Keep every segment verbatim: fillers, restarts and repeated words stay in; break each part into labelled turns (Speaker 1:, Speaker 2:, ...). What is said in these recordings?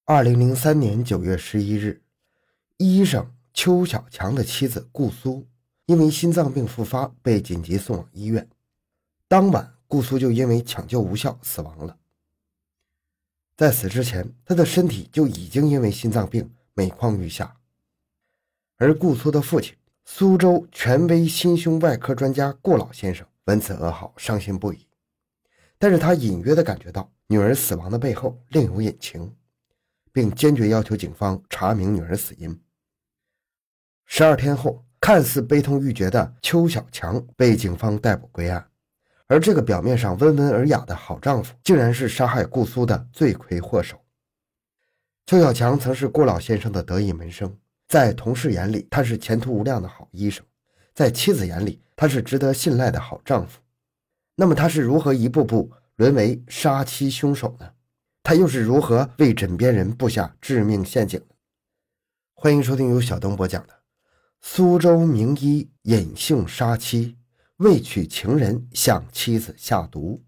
Speaker 1: 二零零三年九月十一日，医生邱小强的妻子顾苏因为心脏病复发被紧急送往医院。当晚，顾苏就因为抢救无效死亡了。在死之前，他的身体就已经因为心脏病每况愈下。而顾苏的父亲，苏州权威心胸外科专家顾老先生闻此噩耗，伤心不已。但是他隐约地感觉到女儿死亡的背后另有隐情，并坚决要求警方查明女儿死因。十二天后，看似悲痛欲绝的邱小强被警方逮捕归案，而这个表面上温文尔雅的好丈夫，竟然是杀害顾苏的罪魁祸首。邱小强曾是顾老先生的得意门生，在同事眼里他是前途无量的好医生，在妻子眼里他是值得信赖的好丈夫。那么他是如何一步步沦为杀妻凶手呢？他又是如何为枕边人布下致命陷阱呢？欢迎收听由小东播讲的苏州名医隐姓杀妻，为娶情人向妻子下毒。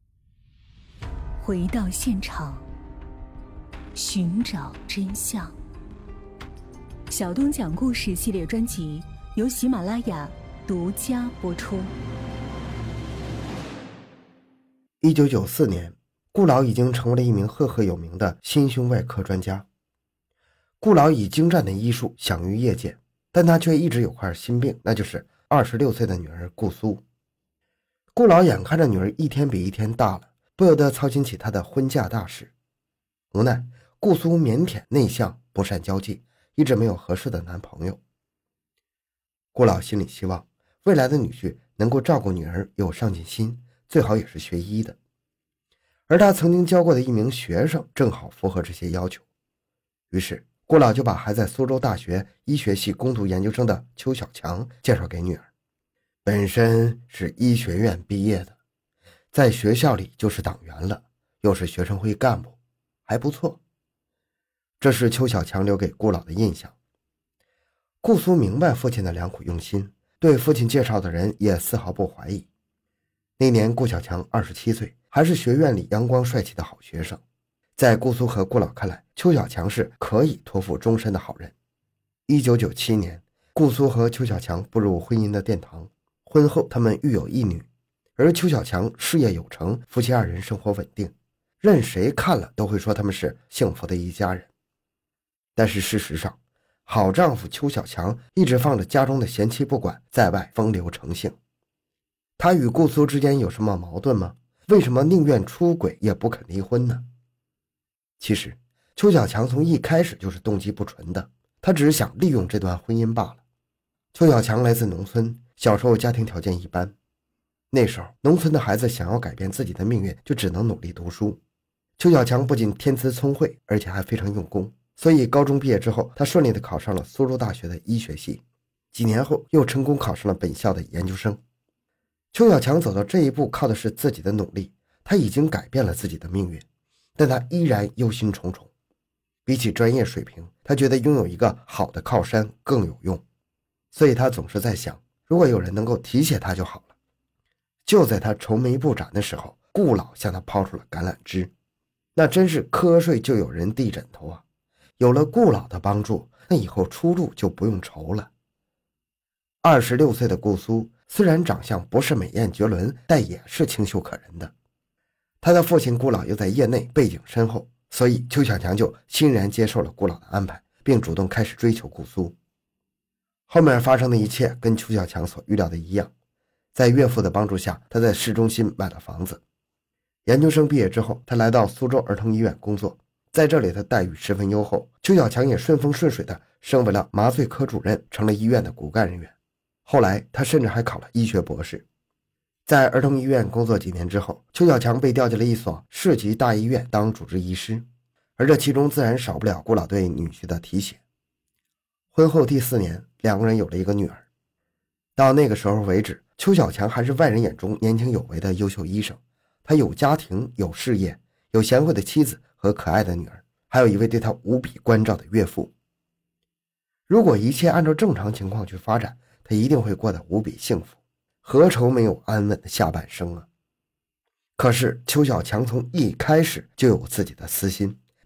Speaker 2: 回到现场，寻找真相。小东讲故事系列专辑由喜马拉雅独家播出。
Speaker 1: 一九九四年，顾老已经成为了一名赫赫有名的心胸外科专家。顾老以精湛的医术享誉业界，但他却一直有块心病，那就是二十六岁的女儿顾苏。顾老眼看着女儿一天比一天大了，不由得操心起她的婚嫁大事。无奈顾苏腼腆内向，不善交际，一直没有合适的男朋友。顾老心里希望未来的女婿能够照顾女儿，有上进心，最好也是学医的。而他曾经教过的一名学生正好符合这些要求，于是顾老就把还在苏州大学医学系攻读研究生的邱小强介绍给女儿。本身是医学院毕业的，在学校里就是党员了，又是学生会干部，还不错。这是邱小强留给顾老的印象。顾苏明白父亲的良苦用心，对父亲介绍的人也丝毫不怀疑。那年顾小强二十七岁，还是学院里阳光帅气的好学生。在顾苏和顾老看来，邱小强是可以托付终身的好人。一九九七年，顾苏和邱小强步入婚姻的殿堂，婚后他们育有一女，而邱小强事业有成，夫妻二人生活稳定，任谁看了都会说他们是幸福的一家人。但是事实上，好丈夫邱小强一直放着家中的贤妻不管，在外风流成性。他与顾苏之间有什么矛盾吗？为什么宁愿出轨也不肯离婚呢？其实邱小强从一开始就是动机不纯的，他只是想利用这段婚姻罢了。邱小强来自农村，小时候家庭条件一般，那时候农村的孩子想要改变自己的命运，就只能努力读书。邱小强不仅天资聪慧，而且还非常用功，所以高中毕业之后，他顺利地考上了苏州大学的医学系，几年后又成功考上了本校的研究生。邱小强走到这一步靠的是自己的努力，他已经改变了自己的命运，但他依然忧心忡忡。比起专业水平，他觉得拥有一个好的靠山更有用，所以他总是在想，如果有人能够提携他就好了。就在他愁眉不展的时候，顾老向他抛出了橄榄枝，那真是瞌睡就有人递枕头啊！有了顾老的帮助，那以后出路就不用愁了。二十六岁的顾苏虽然长相不是美艳绝伦，但也是清秀可人的。他的父亲顾老又在业内背景深厚，所以邱小强就欣然接受了顾老的安排，并主动开始追求顾苏。后面发生的一切跟邱小强所预料的一样，在岳父的帮助下，他在市中心买了房子。研究生毕业之后，他来到苏州儿童医院工作，在这里的待遇十分优厚，邱小强也顺风顺水的升为了麻醉科主任，成了医院的骨干人员。后来他甚至还考了医学博士。在儿童医院工作几年之后，邱小强被调进了一所市级大医院当主治医师，而这其中自然少不了顾老对女婿的提携。婚后第四年，两个人有了一个女儿。到那个时候为止，邱小强还是外人眼中年轻有为的优秀医生，他有家庭，有事业，有贤惠的妻子和可爱的女儿，还有一位对他无比关照的岳父。如果一切按照正常情况去发展，他一定会过得无比幸福，何愁没有安稳的下半生啊？可是邱小强从一开始就有自己的私心，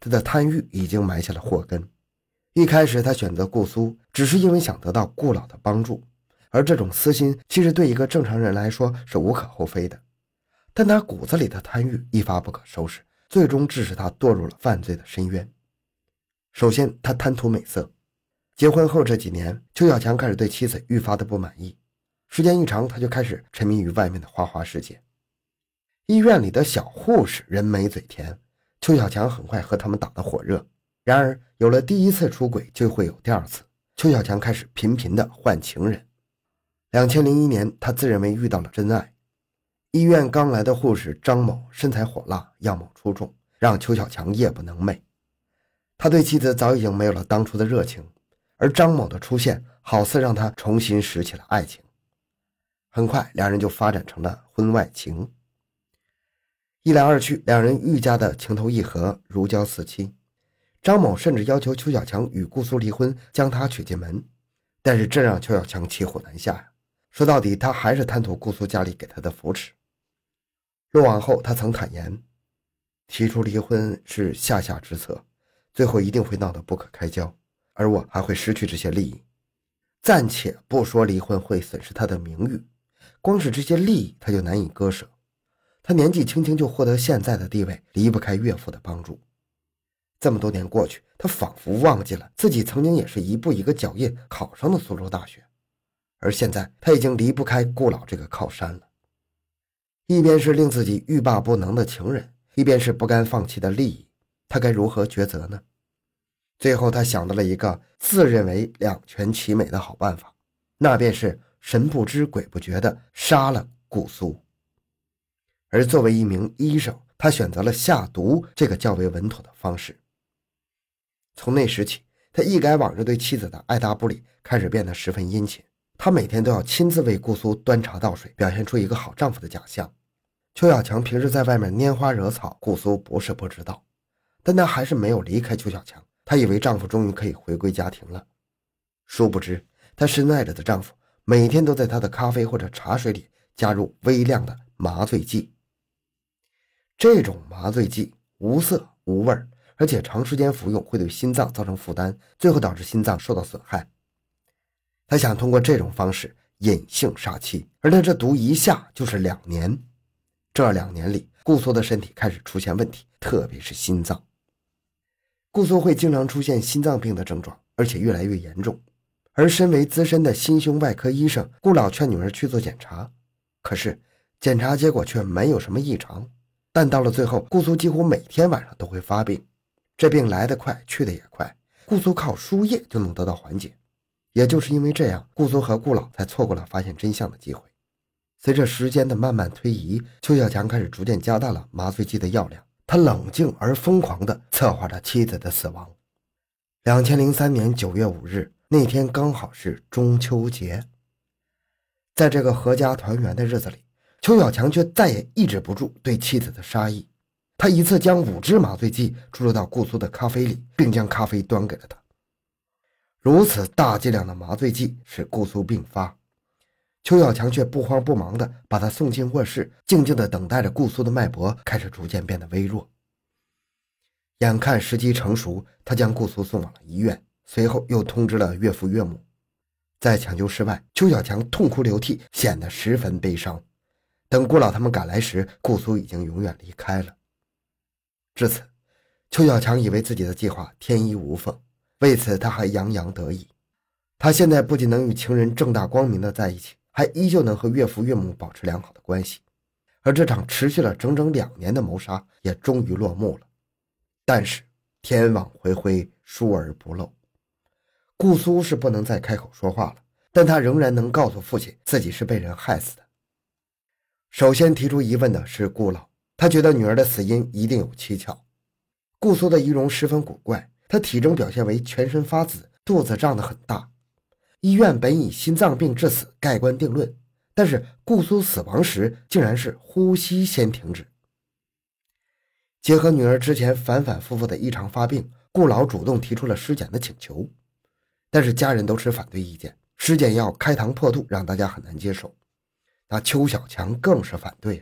Speaker 1: 他的贪欲已经埋下了祸根。一开始他选择顾苏，只是因为想得到顾老的帮助，而这种私心其实对一个正常人来说是无可厚非的。但他骨子里的贪欲一发不可收拾，最终致使他堕入了犯罪的深渊。首先，他贪图美色。结婚后这几年，邱小强开始对妻子愈发的不满意，时间一长，他就开始沉迷于外面的花花世界。医院里的小护士人美嘴甜，邱小强很快和他们打得火热。然而有了第一次出轨，就会有第二次，邱小强开始频频的换情人。二零零一年，他自认为遇到了真爱。医院刚来的护士张某身材火辣，样貌出众，让邱小强夜不能寐。他对妻子早已经没有了当初的热情，而张某的出现好似让他重新拾起了爱情。很快两人就发展成了婚外情。一来二去，两人愈加的情投意合，如胶似漆。张某甚至要求邱小强与顾苏离婚，将他娶进门，但是这让邱小强骑虎难下呀。说到底，他还是贪图顾苏家里给他的扶持。落网后，他曾坦言，提出离婚是下下之策，最后一定会闹得不可开交，而我还会失去这些利益。暂且不说离婚会损失他的名誉，光是这些利益他就难以割舍。他年纪轻轻就获得现在的地位，离不开岳父的帮助。这么多年过去，他仿佛忘记了自己曾经也是一步一个脚印考上的苏州大学，而现在他已经离不开顾老这个靠山了。一边是令自己欲罢不能的情人，一边是不甘放弃的利益，他该如何抉择呢？最后他想到了一个自认为两全其美的好办法，那便是神不知鬼不觉地杀了顾苏。而作为一名医生，他选择了下毒这个较为稳妥的方式。从那时起，他一改往日对妻子的爱答不理，开始变得十分殷勤。他每天都要亲自为顾苏端茶倒水，表现出一个好丈夫的假象。邱小强平时在外面拈花惹草，顾苏不是不知道，但他还是没有离开邱小强。她以为丈夫终于可以回归家庭了，殊不知她深爱着的丈夫每天都在她的咖啡或者茶水里加入微量的麻醉剂。这种麻醉剂无色无味，而且长时间服用会对心脏造成负担，最后导致心脏受到损害。他想通过这种方式隐性杀妻，而他这毒一下就是两年。这两年里，顾苏的身体开始出现问题，特别是心脏。顾苏会经常出现心脏病的症状，而且越来越严重。而身为资深的心胸外科医生，顾老劝女儿去做检查，可是检查结果却没有什么异常。但到了最后，顾苏几乎每天晚上都会发病，这病来得快，去得也快，顾苏靠输液就能得到缓解。也就是因为这样，顾苏和顾老才错过了发现真相的机会。随着时间的慢慢推移，邱小强开始逐渐加大了麻醉剂的药量，他冷静而疯狂地策划着妻子的死亡。二零零三年九月五日，那天刚好是中秋节。在这个阖家团圆的日子里，邱小强却再也抑制不住对妻子的杀意。他一次将五支麻醉剂注入到顾苏的咖啡里，并将咖啡端给了他。如此大剂量的麻醉剂使顾苏病发，邱小强却不慌不忙地把他送进卧室，静静地等待着顾苏的脉搏开始逐渐变得微弱。眼看时机成熟，他将顾苏送往了医院，随后又通知了岳父岳母。在抢救室外，邱小强痛哭流涕，显得十分悲伤。等顾老他们赶来时，顾苏已经永远离开了。至此，邱小强以为自己的计划天衣无缝，为此他还洋洋得意。他现在不仅能与情人正大光明的在一起，还依旧能和岳父岳母保持良好的关系。而这场持续了整整两年的谋杀也终于落幕了。但是天网恢恢，疏而不漏。顾苏是不能再开口说话了，但他仍然能告诉父亲自己是被人害死的。首先提出疑问的是顾老，他觉得女儿的死因一定有蹊跷。顾苏的仪容十分古怪，她体征表现为全身发紫，肚子胀得很大。医院本以心脏病致死盖棺定论，但是顾苏死亡时竟然是呼吸先停止。结合女儿之前反反复复的异常发病，顾老主动提出了尸检的请求，但是家人都持反对意见，尸检要开膛破肚，让大家很难接受。那邱小强更是反对啊，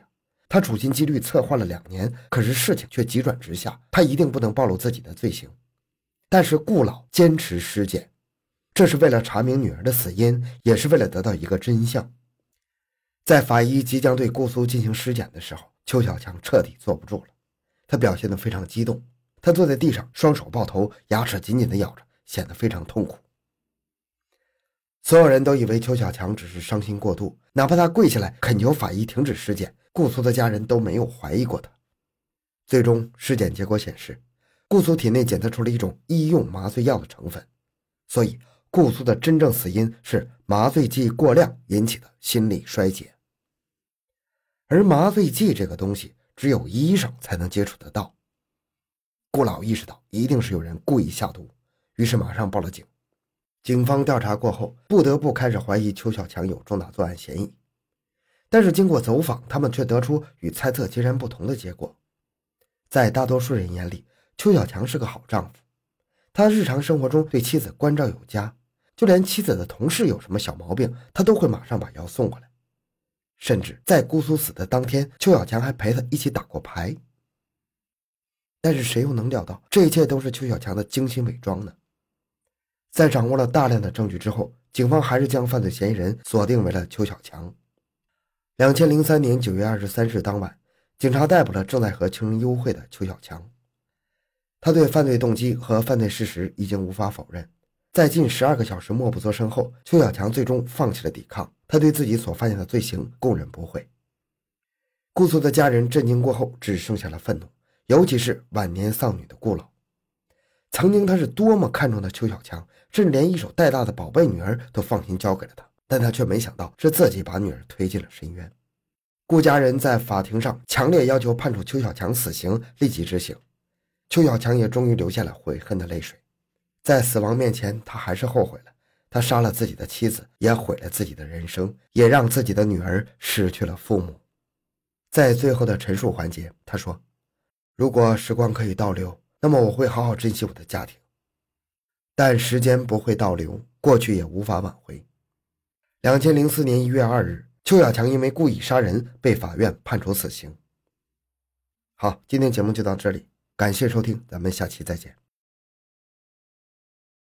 Speaker 1: 他处心积虑策划了两年，可是事情却急转直下，他一定不能暴露自己的罪行。但是顾老坚持尸检，这是为了查明女儿的死因，也是为了得到一个真相。在法医即将对顾苏进行尸检的时候，邱小强彻底坐不住了，他表现得非常激动，他坐在地上，双手抱头，牙齿紧紧地咬着，显得非常痛苦。所有人都以为邱小强只是伤心过度，哪怕他跪下来恳求法医停止尸检，顾苏的家人都没有怀疑过他。最终尸检结果显示，顾苏体内检测出了一种医用麻醉药的成分，所以顾苏的真正死因是麻醉剂过量引起的心力衰竭。而麻醉剂这个东西只有医生才能接触得到，顾老意识到一定是有人故意下毒，于是马上报了警。警方调查过后，不得不开始怀疑邱小强有重大作案嫌疑。但是经过走访，他们却得出与猜测截然不同的结果。在大多数人眼里，邱小强是个好丈夫，他日常生活中对妻子关照有加，就连妻子的同事有什么小毛病，他都会马上把药送过来。甚至在姑苏死的当天，邱小强还陪他一起打过牌。但是谁又能料到，这一切都是邱小强的精心伪装呢？在掌握了大量的证据之后，警方还是将犯罪嫌疑人锁定为了邱小强。两千零三年九月二十三日当晚，警察逮捕了正在和情人幽会的邱小强。他对犯罪动机和犯罪事实已经无法否认。在近十二个小时默不作声后，邱小强最终放弃了抵抗，他对自己所犯下的罪行供认不讳。顾苏的家人震惊过后，只剩下了愤怒，尤其是晚年丧女的顾老。曾经他是多么看重的邱小强，甚至连一手带大的宝贝女儿都放心交给了他，但他却没想到是自己把女儿推进了深渊。顾家人在法庭上强烈要求判处邱小强死刑，立即执行。邱小强也终于流下了悔恨的泪水。在死亡面前，他还是后悔了，他杀了自己的妻子，也毁了自己的人生，也让自己的女儿失去了父母。在最后的陈述环节，他说，如果时光可以倒流，那么我会好好珍惜我的家庭，但时间不会倒流，过去也无法挽回。两千零四年一月二日，邱小强因为故意杀人被法院判处死刑。好，今天节目就到这里，感谢收听，咱们下期再见。